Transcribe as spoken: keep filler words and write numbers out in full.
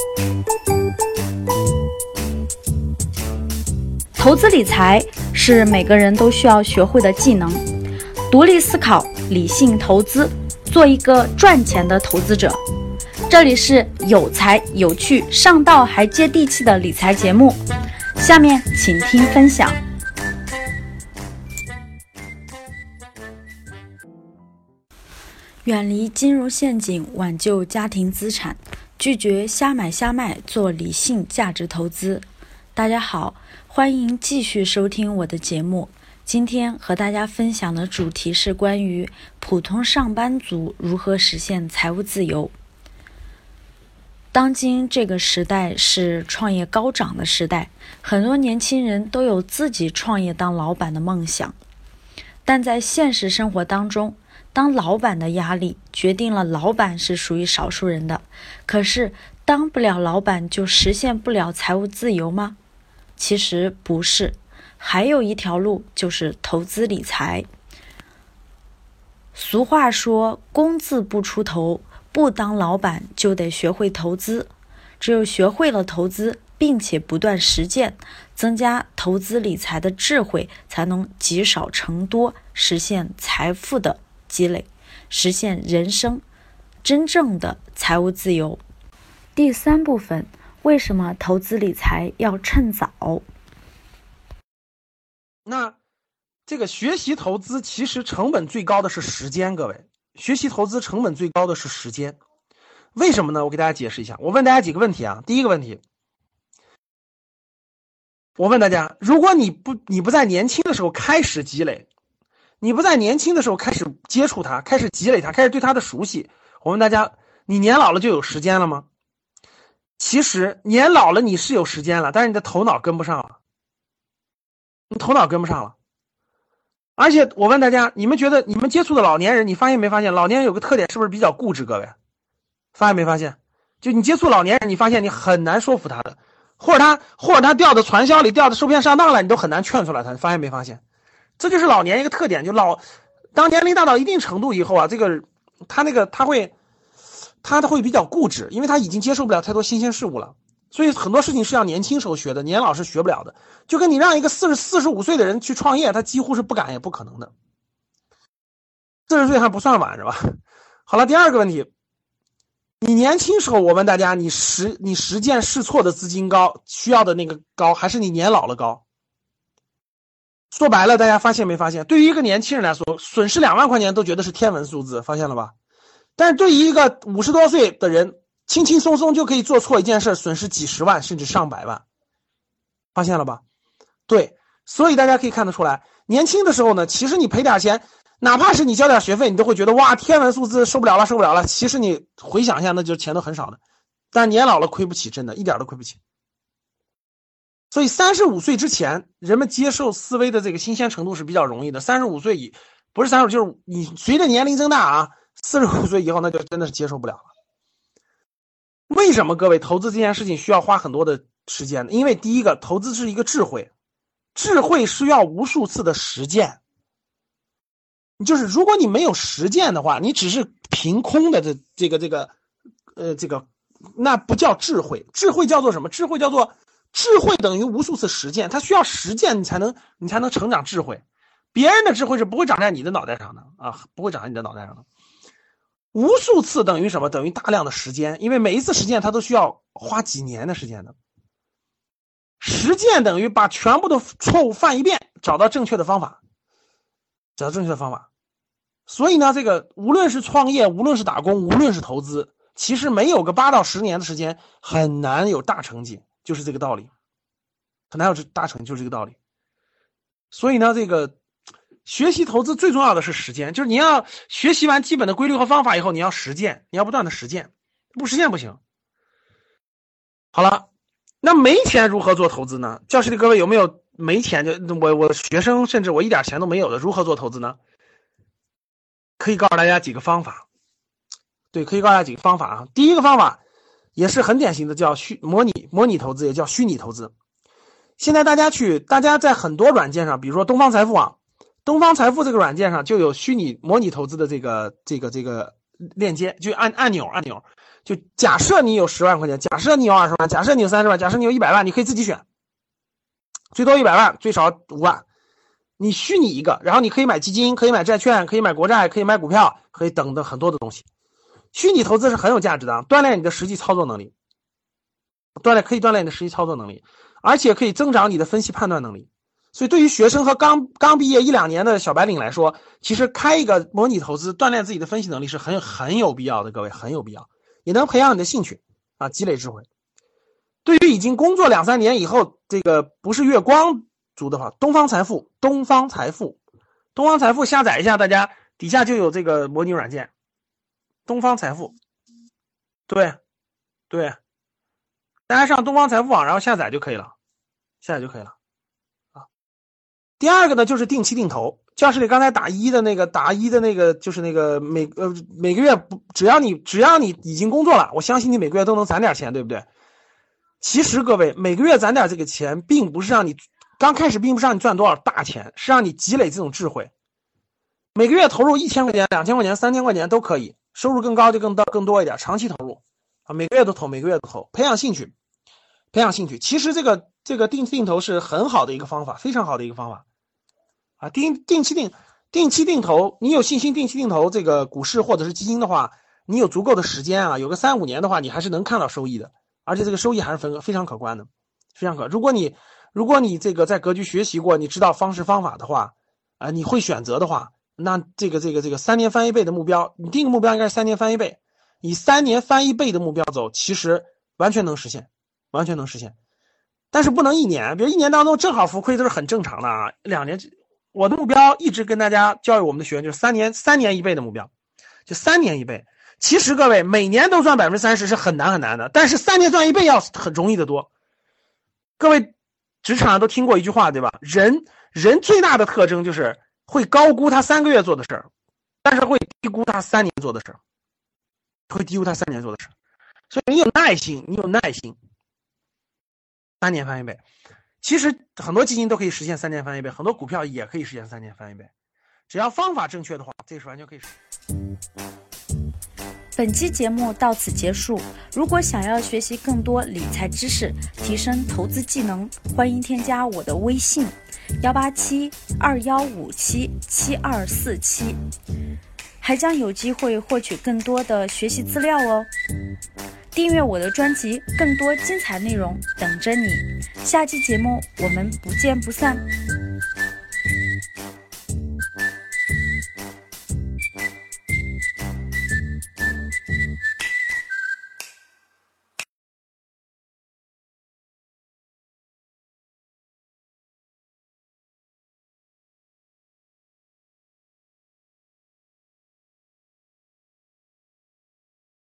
投资理财是每个人都需要学会的技能，独立思考，理性投资，做一个赚钱的投资者。这里是有才有趣、上道还接地气的理财节目，下面请听分享。远离金融陷阱，挽救家庭资产，拒绝瞎买瞎卖，做理性价值投资。大家好，欢迎继续收听我的节目。今天和大家分享的主题是关于普通上班族如何实现财务自由。当今这个时代是创业高涨的时代，很多年轻人都有自己创业当老板的梦想。但在现实生活当中，当老板的压力决定了老板是属于少数人的，可是当不了老板就实现不了财务自由吗？其实不是，还有一条路就是投资理财。俗话说，工字不出头，不当老板就得学会投资。只有学会了投资，并且不断实践，增加投资理财的智慧，才能积少成多，实现财富的积累，实现人生真正的财务自由。第三部分，为什么投资理财要趁早？ 那这个学习投资其实成本最高的是时间，各位，学习投资成本最高的是时间。为什么呢？我给大家解释一下。我问大家几个问题啊。第一个问题，我问大家，如果你不你不在年轻的时候开始积累，你不在年轻的时候开始接触它，开始积累它，开始对它的熟悉，我问大家，你年老了就有时间了吗？其实年老了你是有时间了，但是你的头脑跟不上了，你头脑跟不上了。而且我问大家，你们觉得你们接触的老年人，你发现没发现老年人有个特点，是不是比较固执？各位发现没发现？就你接触老年人，你发现你很难说服他的，或者他或者他掉到传销里，掉到受骗上当了，你都很难劝出来他，你发现没发现？这就是老年一个特点，就老当年龄大到一定程度以后啊，这个他那个他会他他会比较固执，因为他已经接受不了太多新鲜事物了，所以很多事情是要年轻时候学的，年老是学不了的。就跟你让一个四十四十五岁的人去创业，他几乎是不敢也不可能的。四十岁还不算晚是吧？好了，第二个问题，你年轻时候，我问大家，你实你实践试错的资金高，需要的那个高，还是你年老了高？说白了，大家发现没发现？对于一个年轻人来说，损失两万块钱都觉得是天文数字，发现了吧？但是对于一个五十多岁的人，轻轻松松就可以做错一件事，损失几十万甚至上百万，发现了吧？对，所以大家可以看得出来，年轻的时候呢，其实你赔点钱，哪怕是你交点学费，你都会觉得哇，天文数字，受不了了，受不了了。其实你回想一下，那就钱都很少的，但年老了亏不起，真的一点都亏不起。所以三十五岁之前，人们接受思维的这个新鲜程度是比较容易的。三十五岁以不是三十五，就是你随着年龄增大啊，四十五岁以后那就真的是接受不了了。为什么各位投资这件事情需要花很多的时间呢？因为第一个，投资是一个智慧，智慧是要无数次的实践。就是如果你没有实践的话，你只是凭空的这这个这个呃这个，那不叫智慧。智慧叫做什么？智慧叫做智慧等于无数次实践，它需要实践你才能你才能成长智慧。别人的智慧是不会长在你的脑袋上的啊，不会长在你的脑袋上的。无数次等于什么？等于大量的时间，因为每一次实践它都需要花几年的时间的。实践等于把全部的错误犯一遍，找到正确的方法，找到正确的方法。所以呢，这个无论是创业，无论是打工，无论是投资，其实没有个八到十年的时间，很难有大成绩，就是这个道理。很难有大成绩，就是这个道理。所以呢，这个学习投资最重要的是时间，就是你要学习完基本的规律和方法以后，你要实践，你要不断的实践，不实践不行。好了，那没钱如何做投资呢？教室里各位有没有没钱就我我学生甚至我一点钱都没有的，如何做投资呢？可以告诉大家几个方法。对，可以告诉大家几个方法啊。第一个方法也是很典型的，叫虚模拟模拟投资，也叫虚拟投资。现在大家去大家在很多软件上，比如说东方财富网，东方财富这个软件上就有虚拟模拟投资的这个这个这个链接，就按按钮按钮， 就假设你有十万块钱，假设你有二十万，假设你有三十万，假设你有一百万，你可以自己选，最多一百万，最少五万。你虚拟一个，然后你可以买基金，可以买债券，可以买国债，可以买股票，可以等等很多的东西。虚拟投资是很有价值的，锻炼你的实际操作能力，锻炼可以锻炼你的实际操作能力，而且可以增长你的分析判断能力。所以对于学生和刚刚毕业一两年的小白领来说，其实开一个模拟投资，锻炼自己的分析能力是很很有必要的，各位很有必要，也能培养你的兴趣啊，积累智慧。对于已经工作两三年以后，这个不是月光族的话，东方财富，东方财富，东方财富下载一下，大家底下就有这个模拟软件，东方财富，对对，大家上东方财富网，然后下载就可以了，下载就可以了啊。第二个呢，就是定期定投，教室里刚才打一的那个打一的那个就是那个每呃每个月不只要你只要你已经工作了，我相信你每个月都能攒点钱，对不对？其实各位每个月攒点这个钱，并不是让你刚开始并不是让你赚多少大钱，是让你积累这种智慧。每个月投入一千块钱、两千块钱、三千块钱都可以，收入更高就更多更多一点，长期投入啊，每个月都投，每个月都投，培养兴趣，培养兴趣。其实这个这个定期定投是很好的一个方法，非常好的一个方法啊。定定期定定期定投，你有信心定期定投这个股市或者是基金的话，你有足够的时间啊，有个三五年的话，你还是能看到收益的，而且这个收益还是非非常可观的，非常可。如果你如果你这个在格局学习过，你知道方式方法的话，啊、呃，你会选择的话，那这个这个这个三年翻一倍的目标，你定个目标应该是三年翻一倍，以三年翻一倍的目标走，其实完全能实现，完全能实现。但是不能一年，比如一年当中正好浮亏都是很正常的啊。两年，我的目标一直跟大家教育我们的学员就是三年三年一倍的目标，就三年一倍。其实各位每年都赚百分之三十是很难很难的，但是三年赚一倍要很容易的多。各位职场上都听过一句话对吧？人人最大的特征就是会高估他三个月做的事儿，但是会低估他三年做的事儿，会低估他三年做的事儿。所以你有耐心，你有耐心，三年翻一倍。其实很多基金都可以实现三年翻一倍，很多股票也可以实现三年翻一倍，只要方法正确的话，这是完全可以实现。 本期节目到此结束。如果想要学习更多理财知识，提升投资技能，欢迎添加我的微信幺八七二幺五七七二四七，还将有机会获取更多的学习资料哦。订阅我的专辑，更多精彩内容等着你。下期节目我们不见不散。